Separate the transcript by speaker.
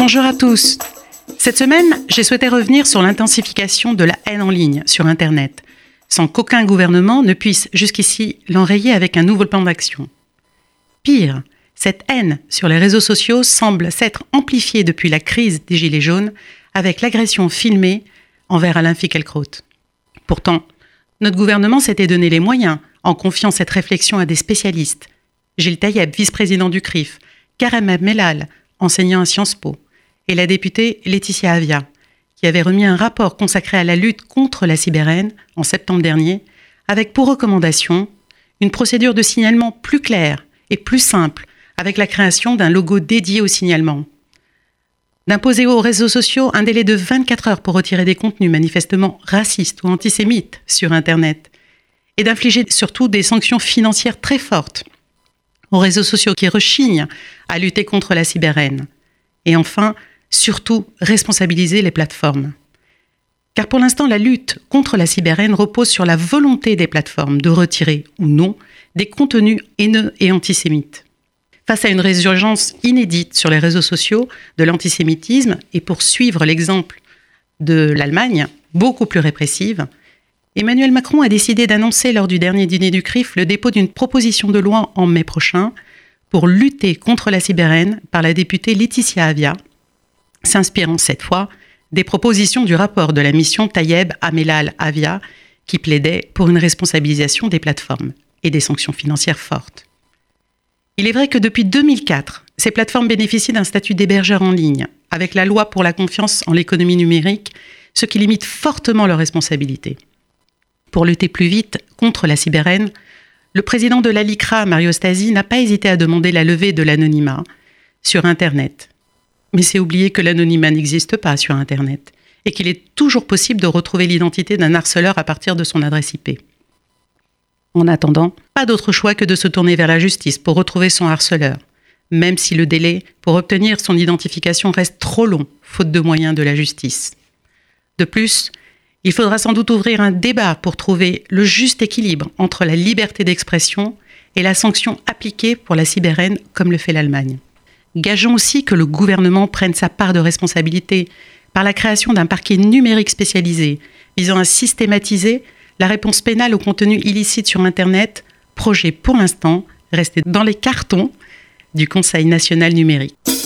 Speaker 1: Bonjour à tous. Cette semaine, j'ai souhaité revenir sur l'intensification de la haine en ligne sur Internet, sans qu'aucun gouvernement ne puisse jusqu'ici l'enrayer avec un nouveau plan d'action. Pire, cette haine sur les réseaux sociaux semble s'être amplifiée depuis la crise des Gilets jaunes avec l'agression filmée envers Alain Finkielkraut. Pourtant, notre gouvernement s'était donné les moyens en confiant cette réflexion à des spécialistes. Gilles Taïeb, vice-président du CRIF, Karem Abmelal, enseignant à Sciences Po, et la députée Laetitia Avia, qui avait remis un rapport consacré à la lutte contre la cyberhaine en septembre dernier, avec pour recommandation une procédure de signalement plus claire et plus simple, avec la création d'un logo dédié au signalement. D'imposer aux réseaux sociaux un délai de 24 heures pour retirer des contenus manifestement racistes ou antisémites sur Internet, et d'infliger surtout des sanctions financières très fortes aux réseaux sociaux qui rechignent à lutter contre la cyberhaine. Et enfin, surtout, responsabiliser les plateformes. Car pour l'instant, la lutte contre la cyberhaine repose sur la volonté des plateformes de retirer ou non des contenus haineux et antisémites. Face à une résurgence inédite sur les réseaux sociaux de l'antisémitisme et pour suivre l'exemple de l'Allemagne, beaucoup plus répressive, Emmanuel Macron a décidé d'annoncer lors du dernier dîner du CRIF le dépôt d'une proposition de loi en mai prochain pour lutter contre la cyberhaine par la députée Laetitia Avia, s'inspirant cette fois des propositions du rapport de la mission Taïeb Abmelal Avia qui plaidait pour une responsabilisation des plateformes et des sanctions financières fortes. Il est vrai que depuis 2004, ces plateformes bénéficient d'un statut d'hébergeur en ligne, avec la loi pour la confiance en l'économie numérique, ce qui limite fortement leurs responsabilités. Pour lutter plus vite contre la cyberhaine, le président de l'ALICRA, Mario Stasi, n'a pas hésité à demander la levée de l'anonymat sur Internet. Mais c'est oublier que l'anonymat n'existe pas sur Internet et qu'il est toujours possible de retrouver l'identité d'un harceleur à partir de son adresse IP. En attendant, pas d'autre choix que de se tourner vers la justice pour retrouver son harceleur, même si le délai pour obtenir son identification reste trop long, faute de moyens de la justice. De plus, il faudra sans doute ouvrir un débat pour trouver le juste équilibre entre la liberté d'expression et la sanction appliquée pour la cyberhaine comme le fait l'Allemagne. Gageons aussi que le gouvernement prenne sa part de responsabilité par la création d'un parquet numérique spécialisé visant à systématiser la réponse pénale au contenu illicite sur Internet, projet pour l'instant resté dans les cartons du Conseil national numérique.